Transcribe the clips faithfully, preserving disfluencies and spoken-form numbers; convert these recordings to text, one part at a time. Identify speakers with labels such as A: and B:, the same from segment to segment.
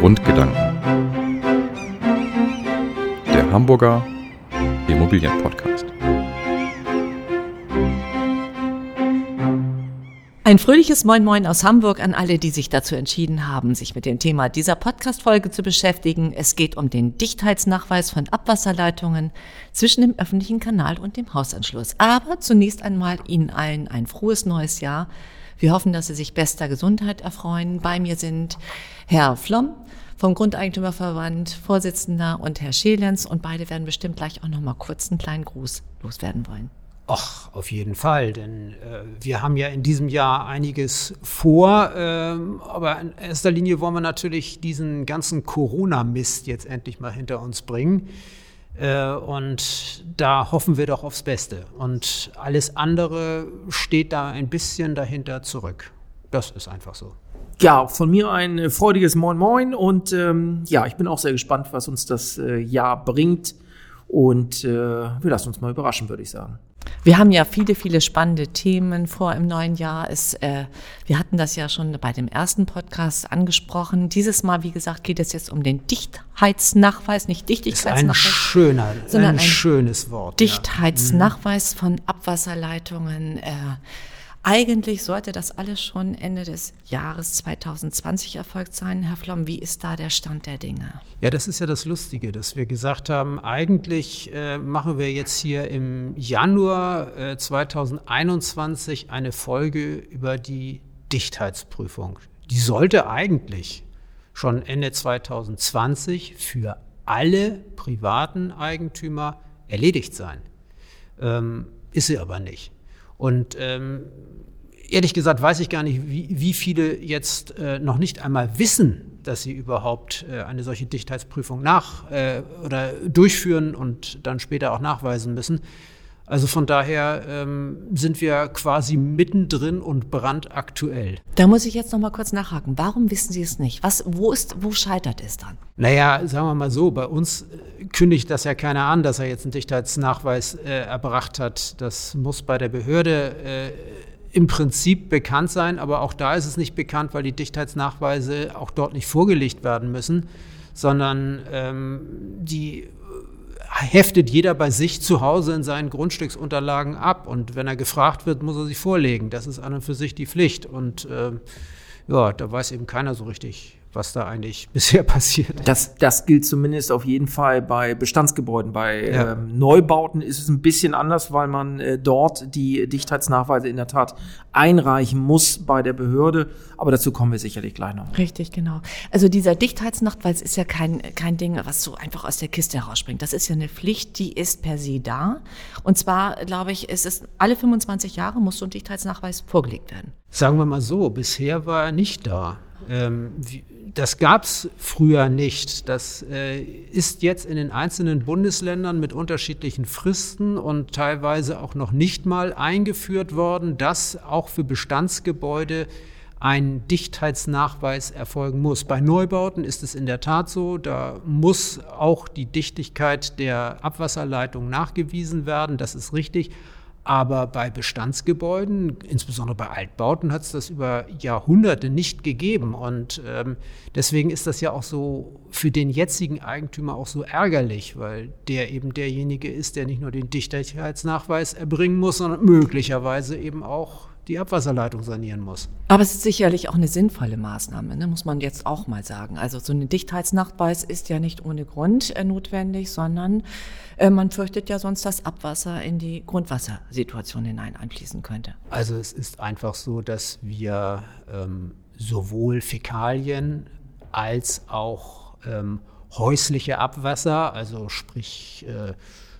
A: Grundgedanken. Der Hamburger Immobilienpodcast.
B: Ein fröhliches Moin Moin aus Hamburg an alle, die sich dazu entschieden haben, sich mit dem Thema dieser Podcast-Folge zu beschäftigen. Es geht um den Dichtheitsnachweis von Abwasserleitungen zwischen dem öffentlichen Kanal und dem Hausanschluss. Aber zunächst einmal Ihnen allen ein frohes neues Jahr. Wir hoffen, dass Sie sich bester Gesundheit erfreuen. Bei mir sind Herr Flom vom Grundeigentümerverband, Vorsitzender, und Herr Schelenz. Und beide werden bestimmt gleich auch noch mal kurz einen kleinen Gruß loswerden wollen.
C: Ach, auf jeden Fall, denn äh, wir haben ja in diesem Jahr einiges vor, ähm, aber in erster Linie wollen wir natürlich diesen ganzen Corona-Mist jetzt endlich mal hinter uns bringen. Äh, und da hoffen wir doch aufs Beste. Und alles andere steht da ein bisschen dahinter zurück. Das ist einfach so.
D: Ja, von mir ein freudiges Moin Moin und ähm, ja, ich bin auch sehr gespannt, was uns das äh, Jahr bringt und äh, wir lassen uns mal überraschen, würde ich sagen.
B: Wir haben ja viele, viele spannende Themen vor im neuen Jahr. Es, äh, wir hatten das ja schon bei dem ersten Podcast angesprochen. Dieses Mal, wie gesagt, geht es jetzt um den Dichtheitsnachweis, nicht Dichtigkeitsnachweis.
C: Ist ein schöner,
B: sondern
C: ein, ein schönes Wort.
B: Dichtheitsnachweis ja. von Abwasserleitungen. Äh, Eigentlich sollte das alles schon Ende des Jahres zwanzig zwanzig erfolgt sein. Herr Flom, wie ist da der Stand der Dinge?
C: Ja, das ist ja das Lustige, dass wir gesagt haben, eigentlich äh, machen wir jetzt hier im Januar äh, zwanzig einundzwanzig eine Folge über die Dichtheitsprüfung. Die sollte eigentlich schon Ende zwanzig zwanzig für alle privaten Eigentümer erledigt sein. Ähm, ist sie aber nicht. Und ähm, ehrlich gesagt weiß ich gar nicht, wie, wie viele jetzt äh, noch nicht einmal wissen, dass sie überhaupt äh, eine solche Dichtheitsprüfung nach äh, oder durchführen und dann später auch nachweisen müssen. Also von daher ähm, sind wir quasi mittendrin und brandaktuell.
B: Da muss ich jetzt noch mal kurz nachhaken. Warum wissen Sie es nicht? Was, wo ist, wo scheitert es dann?
C: Naja, sagen wir mal so, bei uns kündigt das ja keiner an, dass er jetzt einen Dichtheitsnachweis äh, erbracht hat. Das muss bei der Behörde äh, im Prinzip bekannt sein, aber auch da ist es nicht bekannt, weil die Dichtheitsnachweise auch dort nicht vorgelegt werden müssen, sondern ähm, die heftet jeder bei sich zu Hause in seinen Grundstücksunterlagen ab. Und wenn er gefragt wird, muss er sie vorlegen. Das ist an und für sich die Pflicht. Und äh, ja, da weiß eben keiner so richtig, was da eigentlich bisher passiert.
D: Das, das gilt zumindest auf jeden Fall bei Bestandsgebäuden. Bei
C: Ja.
D: ähm, Neubauten ist es ein bisschen anders, weil man äh, dort die Dichtheitsnachweise in der Tat einreichen muss bei der Behörde. Aber dazu kommen wir sicherlich gleich noch.
B: Richtig, genau. Also dieser Dichtheitsnachweis ist ja kein, kein Ding, was so einfach aus der Kiste herausspringt. Das ist ja eine Pflicht, die ist per se da. Und zwar, glaube ich, ist es alle fünfundzwanzig Jahre muss so ein Dichtheitsnachweis vorgelegt werden.
C: Sagen wir mal so, bisher war er nicht da. Ähm, wie, das gab es früher nicht. Das äh, ist jetzt in den einzelnen Bundesländern mit unterschiedlichen Fristen und teilweise auch noch nicht mal eingeführt worden, dass auch für Bestandsgebäude ein Dichtheitsnachweis erfolgen muss. Bei Neubauten ist es in der Tat so, da muss auch die Dichtigkeit der Abwasserleitung nachgewiesen werden, das ist richtig. Aber bei Bestandsgebäuden, insbesondere bei Altbauten, hat es das über Jahrhunderte nicht gegeben. Und ähm, deswegen ist das ja auch so für den jetzigen Eigentümer auch so ärgerlich, weil der eben derjenige ist, der nicht nur den Dichtigkeitsnachweis erbringen muss, sondern möglicherweise eben auch die Abwasserleitung sanieren muss.
B: Aber es ist sicherlich auch eine sinnvolle Maßnahme, ne, muss man jetzt auch mal sagen. Also so ein Dichtheitsnachweis ist ja nicht ohne Grund äh, notwendig, sondern äh, man fürchtet ja sonst, dass Abwasser in die Grundwassersituation hinein einfließen könnte.
C: Also es ist einfach so, dass wir ähm, sowohl Fäkalien als auch ähm, häusliche Abwasser, also sprich äh,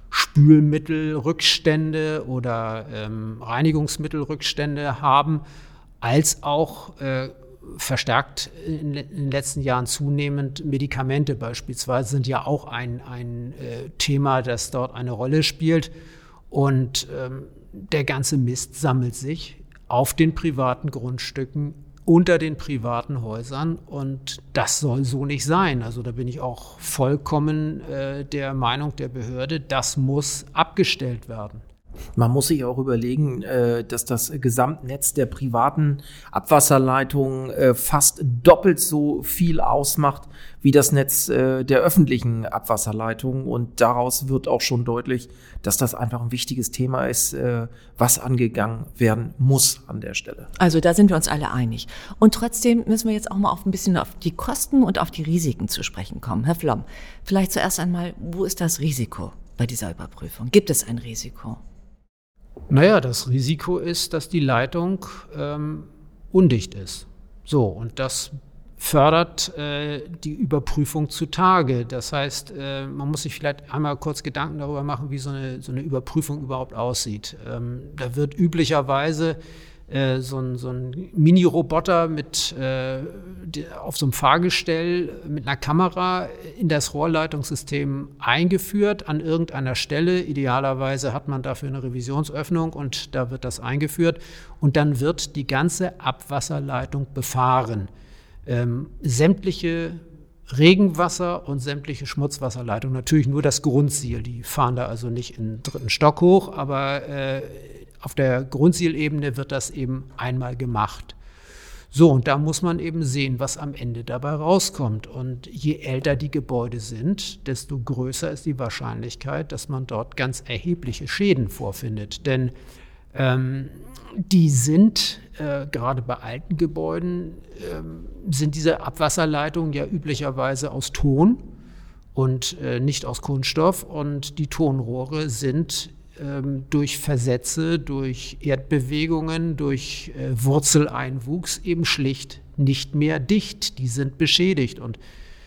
C: Spülmittelrückstände oder ähm, Reinigungsmittelrückstände haben, als auch äh, verstärkt in, in den letzten Jahren zunehmend Medikamente beispielsweise sind ja auch ein, ein äh, Thema, das dort eine Rolle spielt. Und ähm, der ganze Mist sammelt sich auf den privaten Grundstücken unter den privaten Häusern und das soll so nicht sein. Also da bin ich auch vollkommen äh, der Meinung der Behörde, das muss abgestellt werden.
D: Man muss sich auch überlegen, dass das Gesamtnetz der privaten Abwasserleitungen fast doppelt so viel ausmacht wie das Netz der öffentlichen Abwasserleitungen. Und daraus wird auch schon deutlich, dass das einfach ein wichtiges Thema ist, was angegangen werden muss an der Stelle.
B: Also da sind wir uns alle einig. Und trotzdem müssen wir jetzt auch mal auf ein bisschen auf die Kosten und auf die Risiken zu sprechen kommen. Herr Flom, vielleicht zuerst einmal, wo ist das Risiko bei dieser Überprüfung? Gibt es ein Risiko?
C: Naja, das Risiko ist, dass die Leitung ähm, undicht ist. So, und das fördert äh, die Überprüfung zutage. Das heißt, äh, man muss sich vielleicht einmal kurz Gedanken darüber machen, wie so eine, so eine Überprüfung überhaupt aussieht. Ähm, da wird üblicherweise äh, so ein, so ein Mini-Roboter mit, äh, die, auf so einem Fahrgestell mit einer Kamera in das Rohrleitungssystem eingeführt an irgendeiner Stelle. Idealerweise hat man dafür eine Revisionsöffnung und da wird das eingeführt. Und dann wird die ganze Abwasserleitung befahren. Ähm, sämtliche Regenwasser und sämtliche Schmutzwasserleitungen, natürlich nur das Grundsiel. Die fahren da also nicht in den dritten Stock hoch, aber äh, auf der Grundsielebene wird das eben einmal gemacht. So, und da muss man eben sehen, was am Ende dabei rauskommt. Und je älter die Gebäude sind, desto größer ist die Wahrscheinlichkeit, dass man dort ganz erhebliche Schäden vorfindet. Denn ähm, die sind, äh, gerade bei alten Gebäuden, ähm, sind diese Abwasserleitungen ja üblicherweise aus Ton und äh, nicht aus Kunststoff. Und die Tonrohre sind ähm, durch Versätze, durch Erdbewegungen, durch äh, Wurzeleinwuchs eben schlicht nicht mehr dicht. Die sind beschädigt. Und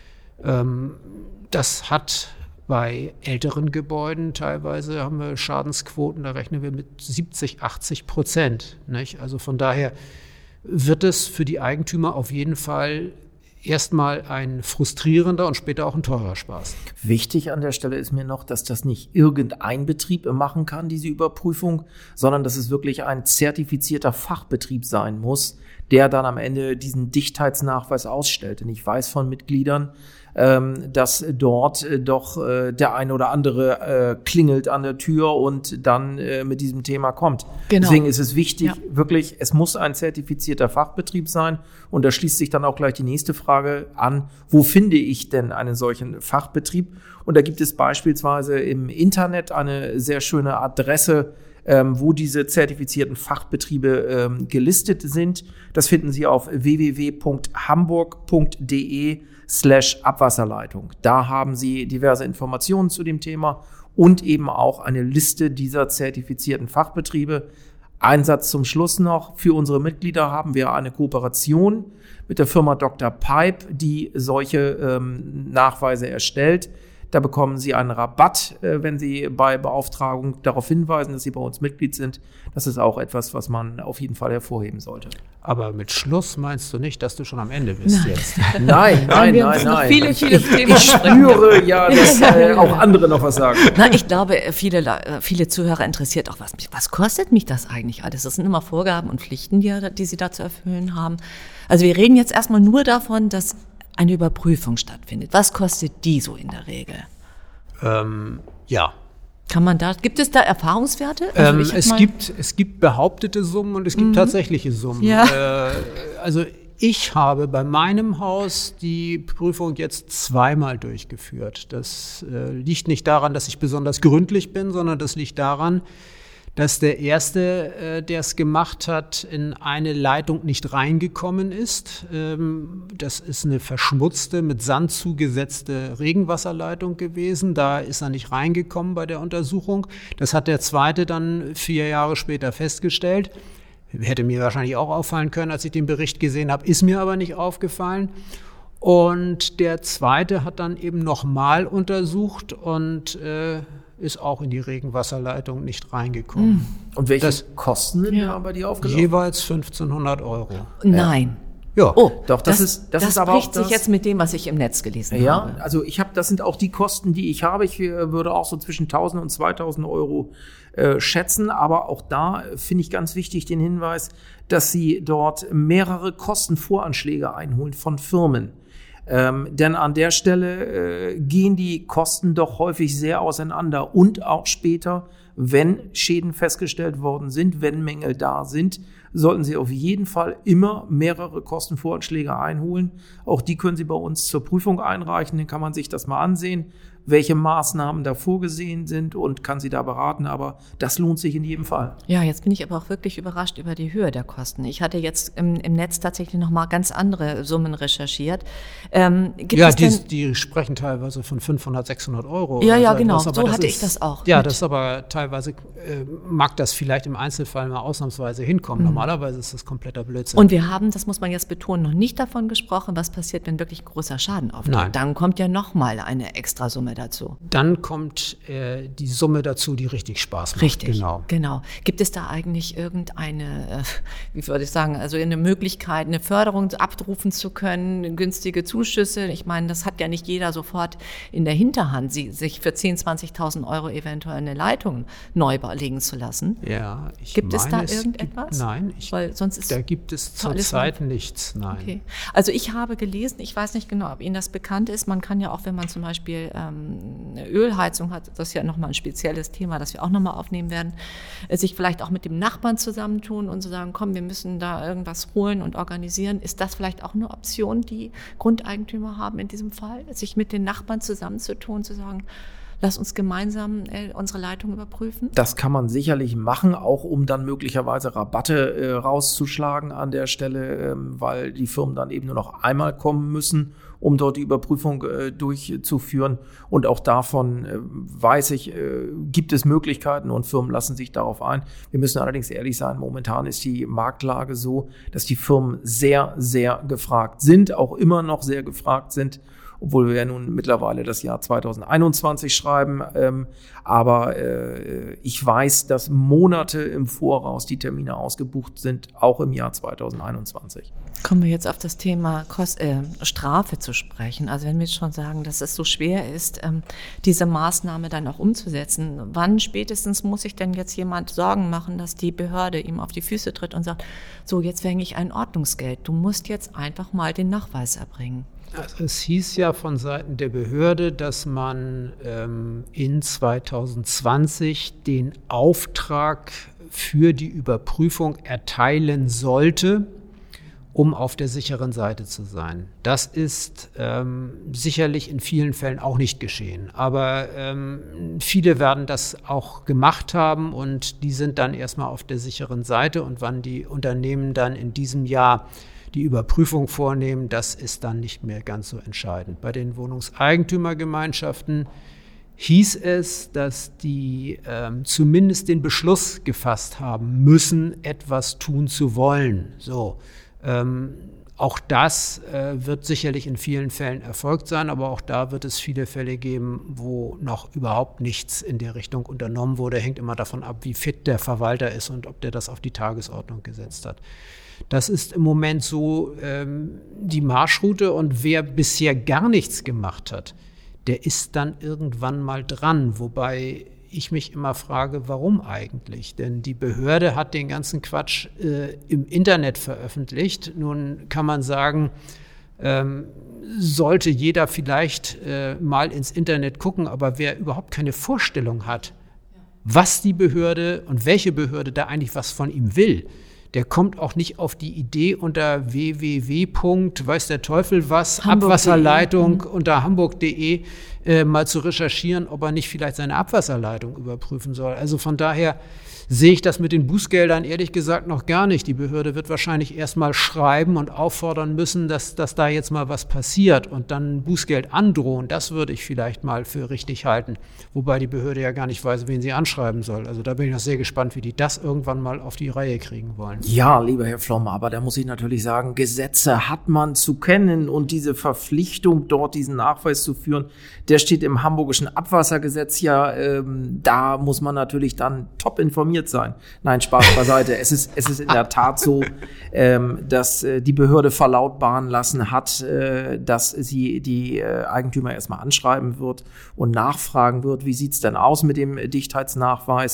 C: ähm, das hat bei älteren Gebäuden teilweise haben wir Schadensquoten, da rechnen wir mit siebzig, achtzig Prozent. Nicht? Also von daher wird es für die Eigentümer auf jeden Fall erstmal ein frustrierender und später auch ein teurer Spaß.
D: Wichtig an der Stelle ist mir noch, dass das nicht irgendein Betrieb machen kann, diese Überprüfung, sondern dass es wirklich ein zertifizierter Fachbetrieb sein muss, der dann am Ende diesen Dichtheitsnachweis ausstellt. Denn ich weiß von Mitgliedern, ähm, dass dort äh, doch äh, der ein oder andere äh, klingelt an der Tür und dann äh, mit diesem Thema kommt. Genau. Deswegen ist es wichtig, ja. wirklich, es muss ein zertifizierter Fachbetrieb sein. Und da schließt sich dann auch gleich die nächste Frage an, wo finde ich denn einen solchen Fachbetrieb? Und da gibt es beispielsweise im Internet eine sehr schöne Adresse, Ähm, wo diese zertifizierten Fachbetriebe ähm, gelistet sind. Das finden Sie auf w w w punkt hamburg punkt d e slash Abwasserleitung. Da haben Sie diverse Informationen zu dem Thema und eben auch eine Liste dieser zertifizierten Fachbetriebe. Ein Satz zum Schluss noch. Für unsere Mitglieder haben wir eine Kooperation mit der Firma Doktor Pipe, die solche ähm, Nachweise erstellt. Da bekommen Sie einen Rabatt, äh, wenn Sie bei Beauftragung darauf hinweisen, dass Sie bei uns Mitglied sind. Das ist auch etwas, was man auf jeden Fall hervorheben sollte.
C: Aber mit Schluss meinst du nicht, dass du schon am Ende bist
B: nein.
C: jetzt?
D: Nein, nein,
B: wir
D: nein, nein.
B: Viele, viele Themen
D: ich spüre ja, dass äh, auch andere noch was sagen.
B: Na, ich glaube, viele, viele Zuhörer interessiert auch, was, was kostet mich das eigentlich alles? Das sind immer Vorgaben und Pflichten, die, die sie da zu erfüllen haben. Also wir reden jetzt erstmal nur davon, dass eine Überprüfung stattfindet. Was kostet die so in der Regel?
C: Ähm, ja.
B: Kann man da, gibt es da Erfahrungswerte? Also
C: ähm,
B: ich
C: es, gibt, es gibt behauptete Summen und es gibt mhm. tatsächliche Summen.
B: Ja.
C: Äh, also ich habe bei meinem Haus die Prüfung jetzt zweimal durchgeführt. Das äh, liegt nicht daran, dass ich besonders gründlich bin, sondern das liegt daran, dass der Erste, äh, der es gemacht hat, in eine Leitung nicht reingekommen ist. Ähm, das ist eine verschmutzte, mit Sand zugesetzte Regenwasserleitung gewesen. Da ist er nicht reingekommen bei der Untersuchung. Das hat der Zweite dann vier Jahre später festgestellt. Hätte mir wahrscheinlich auch auffallen können, als ich den Bericht gesehen habe, ist mir aber nicht aufgefallen. Und der Zweite hat dann eben nochmal untersucht und äh, ist auch in die Regenwasserleitung nicht reingekommen.
D: Und welche
C: das,
D: Kosten sind ja. da bei dir aufgelaufen?
C: Jeweils fünfzehnhundert Euro.
B: Nein.
C: Ja.
B: Oh,
D: doch, das, das ist das,
B: das
D: ist aber
B: bricht
D: auch das,
B: sich jetzt mit dem, was ich im Netz gelesen
D: ja,
B: habe.
D: Ja, also ich habe, das sind auch die Kosten, die ich habe. Ich äh, würde auch so zwischen tausend und zweitausend Euro äh, schätzen, aber auch da äh, finde ich ganz wichtig den Hinweis, dass Sie dort mehrere Kostenvoranschläge einholen von Firmen. Ähm, denn an der Stelle äh, gehen die Kosten doch häufig sehr auseinander und auch später, wenn Schäden festgestellt worden sind, wenn Mängel da sind, sollten Sie auf jeden Fall immer mehrere Kostenvoranschläge einholen. Auch die können Sie bei uns zur Prüfung einreichen, dann kann man sich das mal ansehen, welche Maßnahmen da vorgesehen sind und kann Sie da beraten, aber das lohnt sich in jedem Fall.
B: Ja, jetzt bin ich aber auch wirklich überrascht über die Höhe der Kosten. Ich hatte jetzt im, im Netz tatsächlich noch mal ganz andere Summen recherchiert. Ähm, gibt
C: ja,
B: es
C: die,
B: denn,
C: die sprechen teilweise von fünfhundert, sechshundert Euro.
B: Ja, ja,
C: oder
B: genau,
C: etwas,
B: so
C: das
B: hatte
C: ist,
B: ich das auch.
C: Ja,
B: mit.
C: das ist aber teilweise, äh, mag das vielleicht im Einzelfall mal ausnahmsweise hinkommen. Mhm. Normalerweise ist das kompletter Blödsinn.
B: Und wir haben, das muss man jetzt betonen, noch nicht davon gesprochen, was passiert, wenn wirklich großer Schaden auftritt.
C: Nein.
B: Dann kommt ja noch mal eine Extrasumme dazu.
C: Dann kommt äh, die Summe dazu, die richtig Spaß macht.
B: Richtig,
C: genau.
B: genau. Gibt es da eigentlich irgendeine, äh, wie würde ich sagen, also eine Möglichkeit, eine Förderung abrufen zu können, günstige Zuschüsse? Ich meine, das hat ja nicht jeder sofort in der Hinterhand, sie, sich für zehntausend, zwanzigtausend Euro eventuell eine Leitung neu legen zu lassen.
C: Ja, ich
B: Gibt
C: meine,
B: es da
C: es
B: irgendetwas?
C: Gibt, nein, ich,
B: Weil sonst ist
C: da gibt es zurzeit nichts. Nein.
B: Okay. Also ich habe gelesen, ich weiß nicht genau, ob Ihnen das bekannt ist, man kann ja auch, wenn man zum Beispiel ähm, eine Ölheizung hat, das ist ja nochmal ein spezielles Thema, das wir auch nochmal aufnehmen werden, sich vielleicht auch mit dem Nachbarn zusammentun und so sagen, komm, wir müssen da irgendwas holen und organisieren. Ist das vielleicht auch eine Option, die Grundeigentümer haben in diesem Fall, sich mit den Nachbarn zusammenzutun, zu sagen, lass uns gemeinsam äh, unsere Leitung überprüfen?
D: Das kann man sicherlich machen, auch um dann möglicherweise Rabatte äh, rauszuschlagen an der Stelle, ähm, weil die Firmen dann eben nur noch einmal kommen müssen, um dort die Überprüfung äh, durchzuführen. Und auch davon äh, weiß ich, äh, gibt es Möglichkeiten und Firmen lassen sich darauf ein. Wir müssen allerdings ehrlich sein, momentan ist die Marktlage so, dass die Firmen sehr, sehr gefragt sind, auch immer noch sehr gefragt sind, obwohl wir ja nun mittlerweile das Jahr zweitausendeinundzwanzig schreiben. Ähm, aber äh, ich weiß, dass Monate im Voraus die Termine ausgebucht sind, auch im Jahr zweitausendeinundzwanzig.
B: Kommen wir jetzt auf das Thema Kost, äh, Strafe zu sprechen. Also wenn wir jetzt schon sagen, dass es so schwer ist, ähm, diese Maßnahme dann auch umzusetzen, wann spätestens muss sich denn jetzt jemand Sorgen machen, dass die Behörde ihm auf die Füße tritt und sagt, so, jetzt verhänge ich ein Ordnungsgeld, du musst jetzt einfach mal den Nachweis erbringen?
C: Also es hieß ja von Seiten der Behörde, dass man ähm, in zweitausendzwanzig den Auftrag für die Überprüfung erteilen sollte, um auf der sicheren Seite zu sein. Das ist ähm, sicherlich in vielen Fällen auch nicht geschehen. Aber ähm, viele werden das auch gemacht haben und die sind dann erstmal auf der sicheren Seite. Und wann die Unternehmen dann in diesem Jahr die Überprüfung vornehmen, das ist dann nicht mehr ganz so entscheidend. Bei den Wohnungseigentümergemeinschaften hieß es, dass die ähm, zumindest den Beschluss gefasst haben müssen, etwas tun zu wollen. So, ähm, auch das äh, wird sicherlich in vielen Fällen erfolgt sein, aber auch da wird es viele Fälle geben, wo noch überhaupt nichts in der Richtung unternommen wurde. Hängt immer davon ab, wie fit der Verwalter ist und ob der das auf die Tagesordnung gesetzt hat. Das ist im Moment so ähm, die Marschroute und wer bisher gar nichts gemacht hat, der ist dann irgendwann mal dran, wobei ich mich immer frage, warum eigentlich? Denn die Behörde hat den ganzen Quatsch äh, im Internet veröffentlicht. Nun kann man sagen, ähm, sollte jeder vielleicht äh, mal ins Internet gucken, aber wer überhaupt keine Vorstellung hat, was die Behörde und welche Behörde da eigentlich was von ihm will, der kommt auch nicht auf die Idee unter w w w. weiß der Teufel was,
B: Hamburg
C: Abwasserleitung unter hamburg punkt de äh, mal zu recherchieren, ob er nicht vielleicht seine Abwasserleitung überprüfen soll. Also von daher sehe ich das mit den Bußgeldern ehrlich gesagt noch gar nicht. Die Behörde wird wahrscheinlich erst mal schreiben und auffordern müssen, dass, dass da jetzt mal was passiert und dann Bußgeld androhen. Das würde ich vielleicht mal für richtig halten. Wobei die Behörde ja gar nicht weiß, wen sie anschreiben soll. Also da bin ich noch sehr gespannt, wie die das irgendwann mal auf die Reihe kriegen wollen.
D: Ja, lieber Herr Flom, aber da muss ich natürlich sagen, Gesetze hat man zu kennen und diese Verpflichtung, dort diesen Nachweis zu führen, der steht im Hamburgischen Abwassergesetz ja, ähm, da muss man natürlich dann top informiert sein. Nein, Spaß beiseite. Es ist, es ist in der Tat so, ähm, dass äh, die Behörde verlautbaren lassen hat, äh, dass sie die äh, Eigentümer erstmal anschreiben wird und nachfragen wird, wie sieht's denn aus mit dem Dichtheitsnachweis?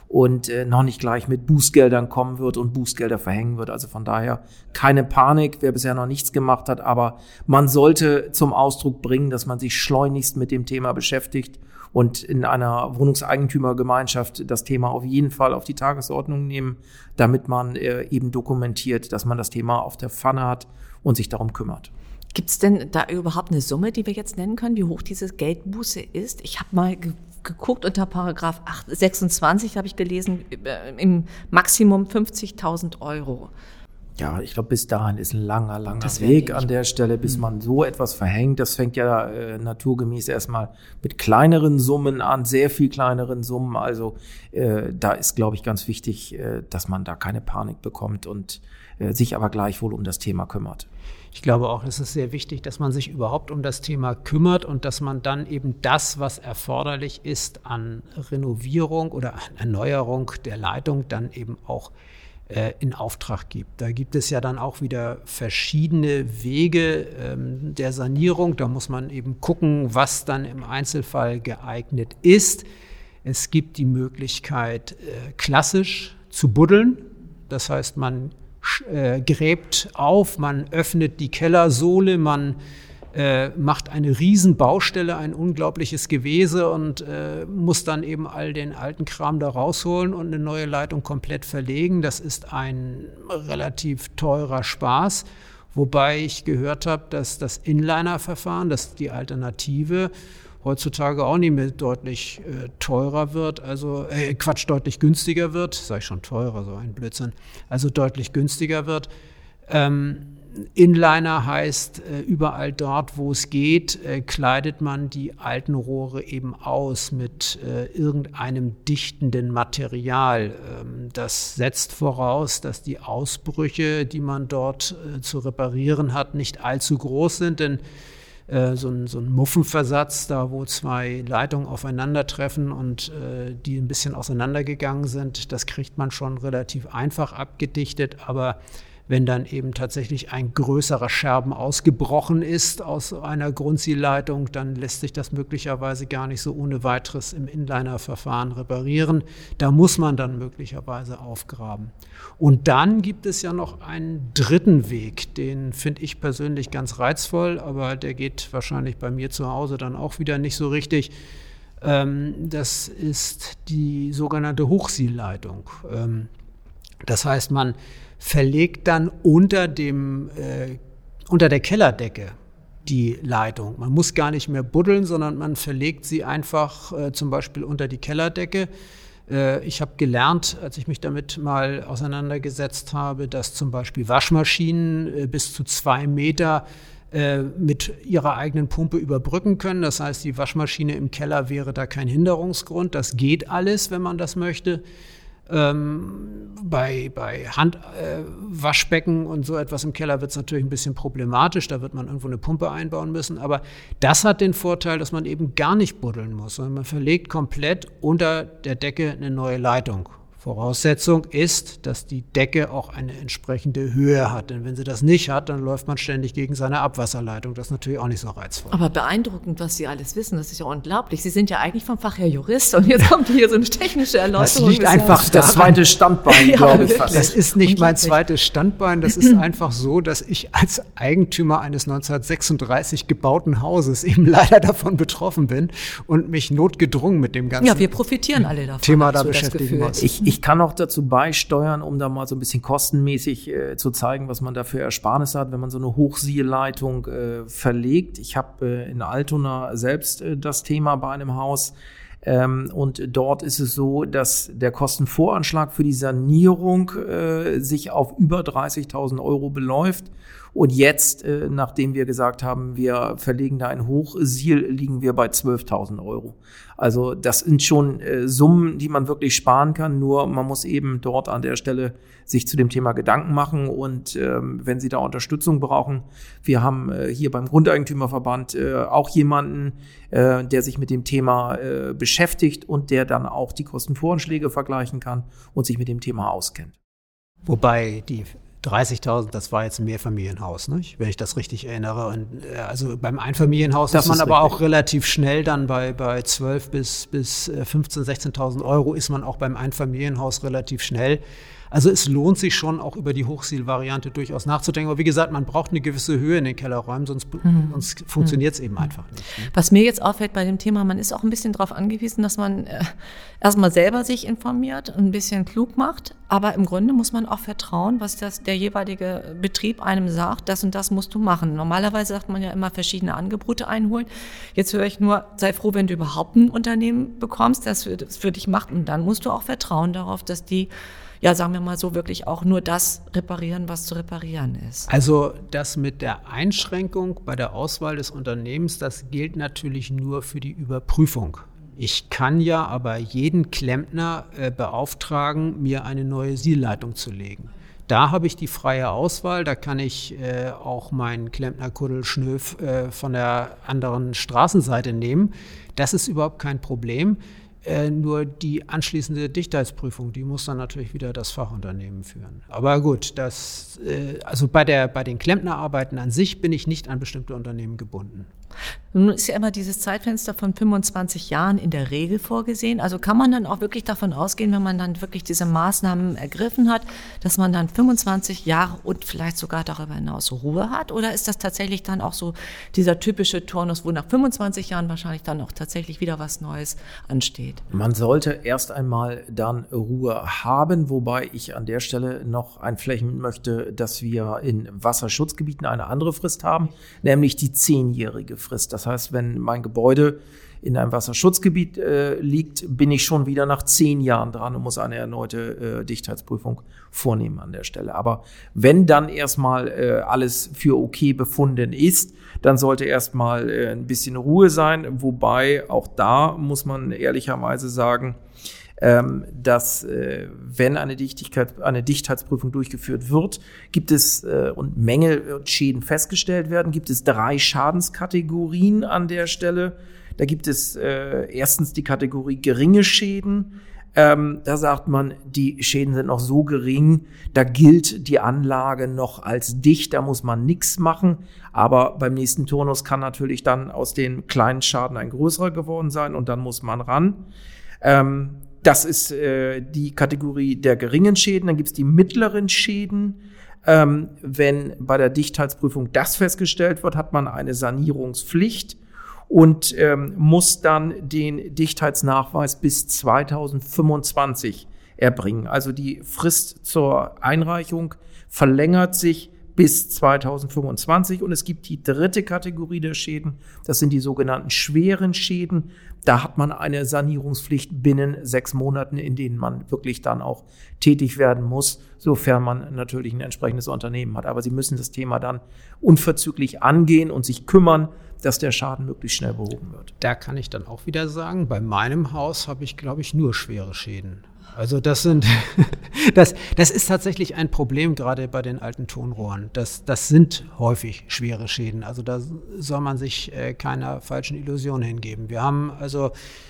D: und äh, noch nicht gleich mit Bußgeldern kommen wird und Bußgelder verhängen wird. Also von daher keine Panik, wer bisher noch nichts gemacht hat, aber man sollte zum Ausdruck bringen, dass man sich schleunigst mit dem Thema beschäftigt und in einer Wohnungseigentümergemeinschaft das Thema auf jeden Fall auf die Tagesordnung nehmen, damit man äh, eben dokumentiert, dass man das Thema auf der Pfanne hat und sich darum kümmert.
B: Gibt es denn da überhaupt eine Summe, die wir jetzt nennen können, wie hoch diese Geldbuße ist? Ich habe mal ge- geguckt, unter Paragraph sechsundzwanzig habe ich gelesen, im Maximum fünfzigtausend Euro.
D: Ja, ich glaube, bis dahin ist ein langer, langer
B: Das
D: Weg
B: wär
D: an der Stelle, bis man so etwas verhängt. Das fängt ja äh, naturgemäß erstmal mit kleineren Summen an, sehr viel kleineren Summen. Also äh, da ist, glaube ich, ganz wichtig, äh, dass man da keine Panik bekommt und äh, sich aber gleichwohl um das Thema kümmert.
C: Ich glaube auch, es ist sehr wichtig, dass man sich überhaupt um das Thema kümmert und dass man dann eben das, was erforderlich ist an Renovierung oder an Erneuerung der Leitung, dann eben auch äh, in Auftrag gibt. Da gibt es ja dann auch wieder verschiedene Wege ähm, der Sanierung. Da muss man eben gucken, was dann im Einzelfall geeignet ist. Es gibt die Möglichkeit, äh, klassisch zu buddeln. Das heißt, man Äh, gräbt auf, man öffnet die Kellersohle, man äh, macht eine Riesenbaustelle, ein unglaubliches Gewese und äh, muss dann eben all den alten Kram da rausholen und eine neue Leitung komplett verlegen. Das ist ein relativ teurer Spaß, wobei ich gehört habe, dass das Inliner-Verfahren, das ist die Alternative, heutzutage auch nicht mehr deutlich äh, teurer wird, also äh, Quatsch, deutlich günstiger wird, sage ich schon teurer, so ein Blödsinn, also deutlich günstiger wird. Ähm, Inliner heißt, äh, überall dort, wo es geht, äh, kleidet man die alten Rohre eben aus mit äh, irgendeinem dichtenden Material. Ähm, das setzt voraus, dass die Ausbrüche, die man dort äh, zu reparieren hat, nicht allzu groß sind, denn So ein, so ein Muffenversatz, da wo zwei Leitungen aufeinandertreffen und äh, die ein bisschen auseinandergegangen sind, das kriegt man schon relativ einfach abgedichtet, aber wenn dann eben tatsächlich ein größerer Scherben ausgebrochen ist aus einer Grundzielleitung, dann lässt sich das möglicherweise gar nicht so ohne weiteres im Inliner-Verfahren reparieren. Da muss man dann möglicherweise aufgraben. Und dann gibt es ja noch einen dritten Weg, den finde ich persönlich ganz reizvoll, aber der geht wahrscheinlich bei mir zu Hause dann auch wieder nicht so richtig. Das ist die sogenannte Hochsielleitung. Das heißt, man verlegt dann unter dem äh, unter der Kellerdecke die Leitung. Man muss gar nicht mehr buddeln, sondern man verlegt sie einfach äh, zum Beispiel unter die Kellerdecke. Äh, ich habe gelernt, als ich mich damit mal auseinandergesetzt habe, dass zum Beispiel Waschmaschinen äh, bis zu zwei Meter äh, mit ihrer eigenen Pumpe überbrücken können. Das heißt, die Waschmaschine im Keller wäre da kein Hinderungsgrund. Das geht alles, wenn man das möchte. Ähm, bei bei Handwaschbecken äh, und so etwas im Keller wird es natürlich ein bisschen problematisch, da wird man irgendwo eine Pumpe einbauen müssen, aber das hat den Vorteil, dass man eben gar nicht buddeln muss, sondern man verlegt komplett unter der Decke eine neue Leitung. Voraussetzung ist, dass die Decke auch eine entsprechende Höhe hat. Denn wenn sie das nicht hat, dann läuft man ständig gegen seine Abwasserleitung. Das ist natürlich auch nicht so reizvoll.
B: Aber beeindruckend, was Sie alles wissen. Das ist ja unglaublich. Sie sind ja eigentlich vom Fach her Jurist und jetzt kommt hier so eine technische Erläuterung.
C: Das liegt einfach
D: das zweite Standbein,
B: Ja,
D: glaube ich
B: wirklich.
D: fast.
C: Das ist nicht mein zweites Standbein. Das ist einfach so, dass ich als Eigentümer eines neunzehnhundertsechsunddreißig gebauten Hauses eben leider davon betroffen bin und mich notgedrungen mit dem ganzen
B: Ja, wir profitieren alle davon.
C: Thema da
B: so das
C: beschäftigen
B: Gefühl.
C: muss.
D: Ich, ich kann noch dazu beisteuern, um da mal so ein bisschen kostenmäßig äh, zu zeigen, was man da für Ersparnisse hat, wenn man so eine Hochsielleitung äh, verlegt. Ich habe äh, in Altona selbst äh, das Thema bei einem Haus. Ähm, und dort ist es so, dass der Kostenvoranschlag für die Sanierung äh, sich auf über dreißigtausend Euro beläuft. Und jetzt, äh, nachdem wir gesagt haben, wir verlegen da ein Hochsiel, liegen wir bei zwölftausend Euro. Also das sind schon äh, Summen, die man wirklich sparen kann. Nur man muss eben dort an der Stelle sich zu dem Thema Gedanken machen. Und ähm, wenn Sie da Unterstützung brauchen, wir haben äh, hier beim Grundeigentümerverband äh, auch jemanden, äh, der sich mit dem Thema äh, beschäftigt und der dann auch die Kostenvoranschläge vergleichen kann und sich mit dem Thema auskennt.
C: Wobei die dreißigtausend, das war jetzt ein Mehrfamilienhaus, nicht? Wenn ich das richtig erinnere. Und, äh, also beim Einfamilienhaus
D: Das
C: ist man
D: ist
C: aber
D: richtig.
C: auch relativ schnell dann bei, bei zwölf bis, bis fünfzehntausend, sechzehntausend Euro ist man auch beim Einfamilienhaus relativ schnell. Also es lohnt sich schon, auch über die Hochzielvariante durchaus nachzudenken. Aber wie gesagt, man braucht eine gewisse Höhe in den Kellerräumen, sonst, mhm. sonst funktioniert es mhm. eben einfach nicht. Ne?
B: Was mir jetzt auffällt bei dem Thema, man ist auch ein bisschen darauf angewiesen, dass man äh, erstmal selber sich informiert und ein bisschen klug macht. Aber im Grunde muss man auch vertrauen, was das, der jeweilige Betrieb einem sagt, das und das musst du machen. Normalerweise sagt man ja immer, verschiedene Angebote einholen. Jetzt höre ich nur, sei froh, wenn du überhaupt ein Unternehmen bekommst, das für, das für dich macht. Und dann musst du auch vertrauen darauf, dass die, ja, sagen wir mal so, wirklich auch nur das reparieren, was zu reparieren ist.
C: Also das mit der Einschränkung bei der Auswahl des Unternehmens, das gilt natürlich nur für die Überprüfung. Ich kann ja aber jeden Klempner äh, beauftragen, mir eine neue Sielleitung zu legen. Da habe ich die freie Auswahl, da kann ich äh, auch meinen Klempner-Kuddel Schnöf äh, von der anderen Straßenseite nehmen. Das ist überhaupt kein Problem. Äh, nur die anschließende Dichtheitsprüfung, die muss dann natürlich wieder das Fachunternehmen führen. Aber gut, das, äh, also bei, der, bei den Klempnerarbeiten an sich bin ich nicht an bestimmte Unternehmen gebunden.
B: Nun ist ja immer dieses Zeitfenster von fünfundzwanzig Jahren in der Regel vorgesehen. Also kann man dann auch wirklich davon ausgehen, wenn man dann wirklich diese Maßnahmen ergriffen hat, dass man dann fünfundzwanzig Jahre und vielleicht sogar darüber hinaus Ruhe hat? Oder ist das tatsächlich dann auch so dieser typische Turnus, wo nach fünfundzwanzig Jahren wahrscheinlich dann auch tatsächlich wieder was Neues ansteht?
D: Man sollte erst einmal dann Ruhe haben, wobei ich an der Stelle noch einflächen möchte, dass wir in Wasserschutzgebieten eine andere Frist haben, nämlich die zehnjährige Frist. Das heißt, wenn mein Gebäude in einem Wasserschutzgebiet äh, liegt, bin ich schon wieder nach zehn Jahren dran und muss eine erneute äh, Dichtheitsprüfung vornehmen an der Stelle. Aber wenn dann erstmal äh, alles für okay befunden ist, dann sollte erstmal äh, ein bisschen Ruhe sein. Wobei auch da muss man ehrlicherweise sagen, ähm, dass äh, wenn eine Dichtigkeit, eine Dichtheitsprüfung durchgeführt wird, gibt es äh, und Mängel und Schäden festgestellt werden, gibt es drei Schadenskategorien an der Stelle. Da gibt es äh, erstens die Kategorie geringe Schäden. Ähm, da sagt man, die Schäden sind noch so gering, da gilt die Anlage noch als dicht, da muss man nichts machen. Aber beim nächsten Turnus kann natürlich dann aus den kleinen Schaden ein größerer geworden sein und dann muss man ran. Ähm, das ist äh, die Kategorie der geringen Schäden. Dann gibt es die mittleren Schäden. Ähm, wenn bei der Dichtheitsprüfung das festgestellt wird, hat man eine Sanierungspflicht und ähm, muss dann den Dichtheitsnachweis bis zweitausendfünfundzwanzig erbringen. Also die Frist zur Einreichung verlängert sich bis zweitausendfünfundzwanzig und es gibt die dritte Kategorie der Schäden, das sind die sogenannten schweren Schäden. Da hat man eine Sanierungspflicht binnen sechs Monaten, in denen man wirklich dann auch tätig werden muss, sofern man natürlich ein entsprechendes Unternehmen hat. Aber Sie müssen das Thema dann unverzüglich angehen und sich kümmern, dass der Schaden möglichst schnell behoben wird.
C: Da kann ich dann auch wieder sagen, bei meinem Haus habe ich, glaube ich, nur schwere Schäden. Also das sind, das, das ist tatsächlich ein Problem, gerade bei den alten Tonrohren. Das, das sind häufig schwere Schäden. Also da soll man sich äh, keiner falschen Illusion hingeben. Wir haben also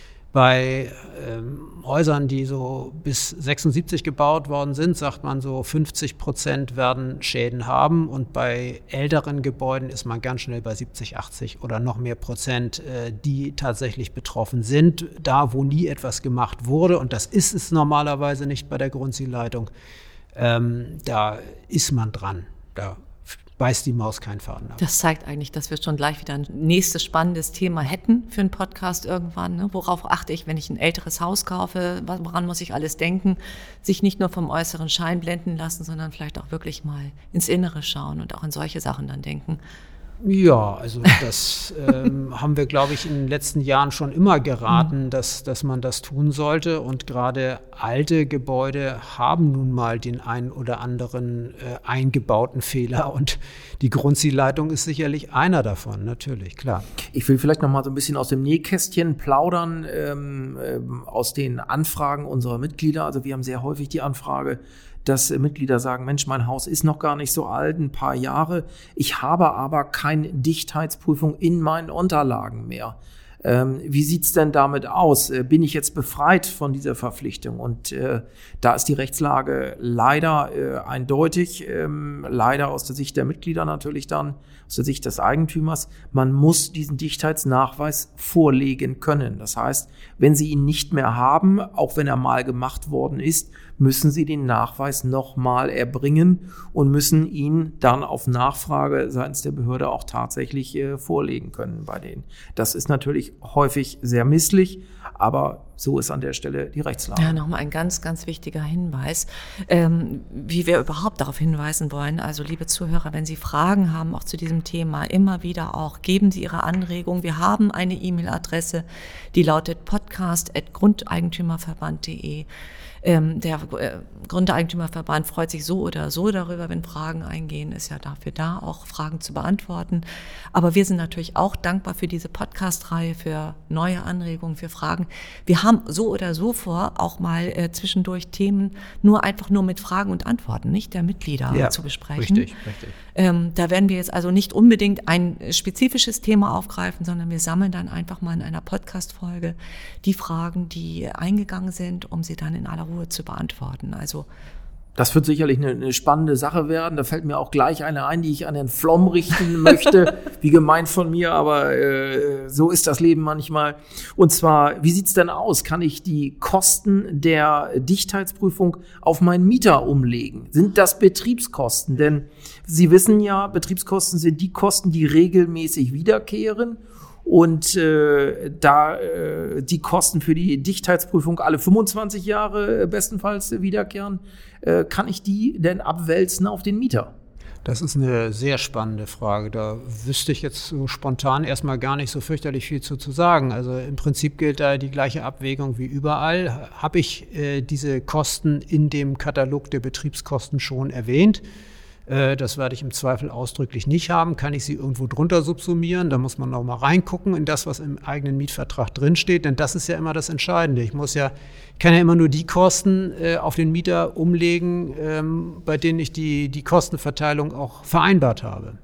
C: bei ähm, Häusern, die so bis sechsundsiebzig gebaut worden sind, sagt man so fünfzig Prozent werden Schäden haben und bei älteren Gebäuden ist man ganz schnell bei siebzig, achtzig oder noch mehr Prozent, äh, die tatsächlich betroffen sind. Da, wo nie etwas gemacht wurde, und das ist es normalerweise nicht bei der Grundzielleitung, ähm, da ist man dran. Da beißt die Maus keinen Faden ab.
B: Das zeigt eigentlich, dass wir schon gleich wieder ein nächstes spannendes Thema hätten für einen Podcast irgendwann. Ne? Worauf achte ich, wenn ich ein älteres Haus kaufe? Woran muss ich alles denken? Sich nicht nur vom äußeren Schein blenden lassen, sondern vielleicht auch wirklich mal ins Innere schauen und auch an solche Sachen dann denken.
C: Ja, also das ähm, haben wir, glaube ich, in den letzten Jahren schon immer geraten, dass, dass man das tun sollte. Und gerade alte Gebäude haben nun mal den einen oder anderen äh, eingebauten Fehler. Und die Grundzielleitung ist sicherlich einer davon, natürlich, klar.
D: Ich will vielleicht noch mal so ein bisschen aus dem Nähkästchen plaudern, ähm, äh, aus den Anfragen unserer Mitglieder. Also wir haben sehr häufig die Anfrage, dass Mitglieder sagen, Mensch, mein Haus ist noch gar nicht so alt, ein paar Jahre. Ich habe aber keine Dichtheitsprüfung in meinen Unterlagen mehr. Ähm, wie sieht's denn damit aus? Äh, bin ich jetzt befreit von dieser Verpflichtung? Und äh, da ist die Rechtslage leider äh, eindeutig, ähm, leider aus der Sicht der Mitglieder natürlich dann, aus der Sicht des Eigentümers. Man muss diesen Dichtheitsnachweis vorlegen können. Das heißt, wenn Sie ihn nicht mehr haben, auch wenn er mal gemacht worden ist, müssen Sie den Nachweis nochmal erbringen und müssen ihn dann auf Nachfrage seitens der Behörde auch tatsächlich äh, vorlegen können bei denen. Das ist natürlich häufig sehr misslich, aber so ist an der Stelle die Rechtslage.
B: Ja, nochmal ein ganz, ganz wichtiger Hinweis, ähm, wie wir überhaupt darauf hinweisen wollen. Also, liebe Zuhörer, wenn Sie Fragen haben, auch zu diesem Thema, immer wieder auch, geben Sie Ihre Anregungen. Wir haben eine E-Mail-Adresse, die lautet podcast at grundeigentümerverband punkt de. Ähm, der äh, Grundeigentümerverband freut sich so oder so darüber, wenn Fragen eingehen, ist ja dafür da, auch Fragen zu beantworten. Aber wir sind natürlich auch dankbar für diese Podcast-Reihe, für neue Anregungen, für Fragen. Wir haben so oder so vor, auch mal äh, zwischendurch Themen nur einfach nur mit Fragen und Antworten, nicht der Mitglieder
C: ja,
B: zu besprechen.
C: Richtig, richtig.
B: Ähm, da werden wir jetzt also nicht unbedingt ein spezifisches Thema aufgreifen, sondern wir sammeln dann einfach mal in einer Podcast-Folge die Fragen, die eingegangen sind, um sie dann in aller Ruhe zu beantworten. Also
D: das wird sicherlich eine, eine spannende Sache werden. Da fällt mir auch gleich eine ein, die ich an Herrn Flom richten möchte. Wie gemeint von mir, aber äh, so ist das Leben manchmal. Und zwar, wie sieht's denn aus? Kann ich die Kosten der Dichtheitsprüfung auf meinen Mieter umlegen? Sind das Betriebskosten? Denn Sie wissen ja, Betriebskosten sind die Kosten, die regelmäßig wiederkehren. Und äh, da äh, die Kosten für die Dichtheitsprüfung alle fünfundzwanzig Jahre äh, bestenfalls wiederkehren, äh, kann ich die denn abwälzen auf den Mieter?
C: Das ist eine sehr spannende Frage. Da wüsste ich jetzt so spontan erstmal gar nicht so fürchterlich viel zu, zu sagen. Also im Prinzip gilt da die gleiche Abwägung wie überall. Habe ich äh, diese Kosten in dem Katalog der Betriebskosten schon erwähnt? Das werde ich im Zweifel ausdrücklich nicht haben. Kann ich sie irgendwo drunter subsumieren? Da muss man noch mal reingucken in das, was im eigenen Mietvertrag drinsteht. Denn das ist ja immer das Entscheidende. Ich muss ja, kann ja immer nur die Kosten äh, auf den Mieter umlegen, ähm, bei denen ich die, die Kostenverteilung auch vereinbart habe.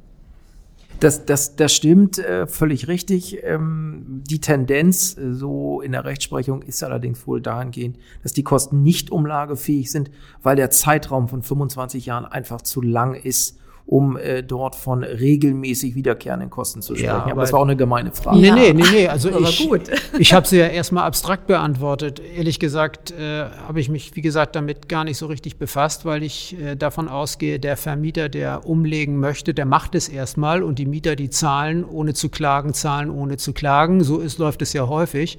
D: Das, das, das stimmt, äh, völlig richtig. Ähm, die Tendenz, äh, so in der Rechtsprechung, ist allerdings wohl dahingehend, dass die Kosten nicht umlagefähig sind, weil der Zeitraum von fünfundzwanzig Jahren einfach zu lang ist, um äh, dort von regelmäßig wiederkehrenden Kosten zu sprechen.
C: Ja,
D: aber,
C: aber
D: das war auch eine gemeine Frage.
C: Nee, nee, nee, nee. Also
B: aber
C: ich,
B: gut.
C: ich habe sie ja erstmal abstrakt beantwortet. Ehrlich gesagt äh, habe ich mich, wie gesagt, damit gar nicht so richtig befasst, weil ich äh, davon ausgehe, der Vermieter, der umlegen möchte, der macht es erstmal und die Mieter, die zahlen, ohne zu klagen, zahlen, ohne zu klagen. So ist, läuft es ja häufig.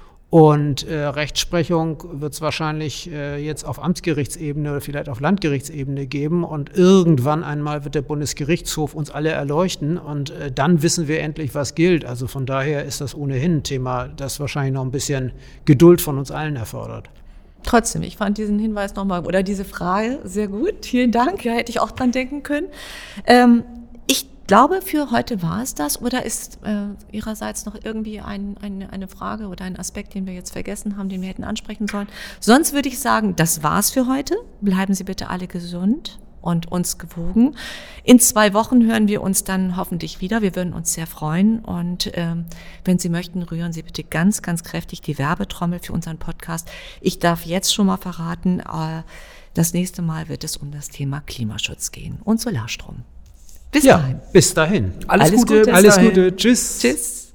C: Und äh, Rechtsprechung wird es wahrscheinlich äh, jetzt auf Amtsgerichtsebene oder vielleicht auf Landgerichtsebene geben. Und irgendwann einmal wird der Bundesgerichtshof uns alle erleuchten. Und äh, dann wissen wir endlich, was gilt. Also von daher ist das ohnehin ein Thema, das wahrscheinlich noch ein bisschen Geduld von uns allen erfordert.
B: Trotzdem, ich fand diesen Hinweis nochmal, oder diese Frage sehr gut. Vielen Dank, ja, hätte ich auch dran denken können. Ähm, ich glaube, für heute war es das. Oder ist äh, Ihrerseits noch irgendwie ein, ein, eine Frage oder ein Aspekt, den wir jetzt vergessen haben, den wir hätten ansprechen sollen? Sonst würde ich sagen, das war's für heute. Bleiben Sie bitte alle gesund und uns gewogen. In zwei Wochen hören wir uns dann hoffentlich wieder. Wir würden uns sehr freuen. Und ähm, wenn Sie möchten, rühren Sie bitte ganz, ganz kräftig die Werbetrommel für unseren Podcast. Ich darf jetzt schon mal verraten, äh, das nächste Mal wird es um das Thema Klimaschutz gehen und Solarstrom. Bis
C: ja,
B: dahin.
C: bis dahin.
D: Alles,
B: Alles
D: Gute,
B: Gute.
C: Alles
D: dahin.
C: Gute. Tschüss.
B: Tschüss.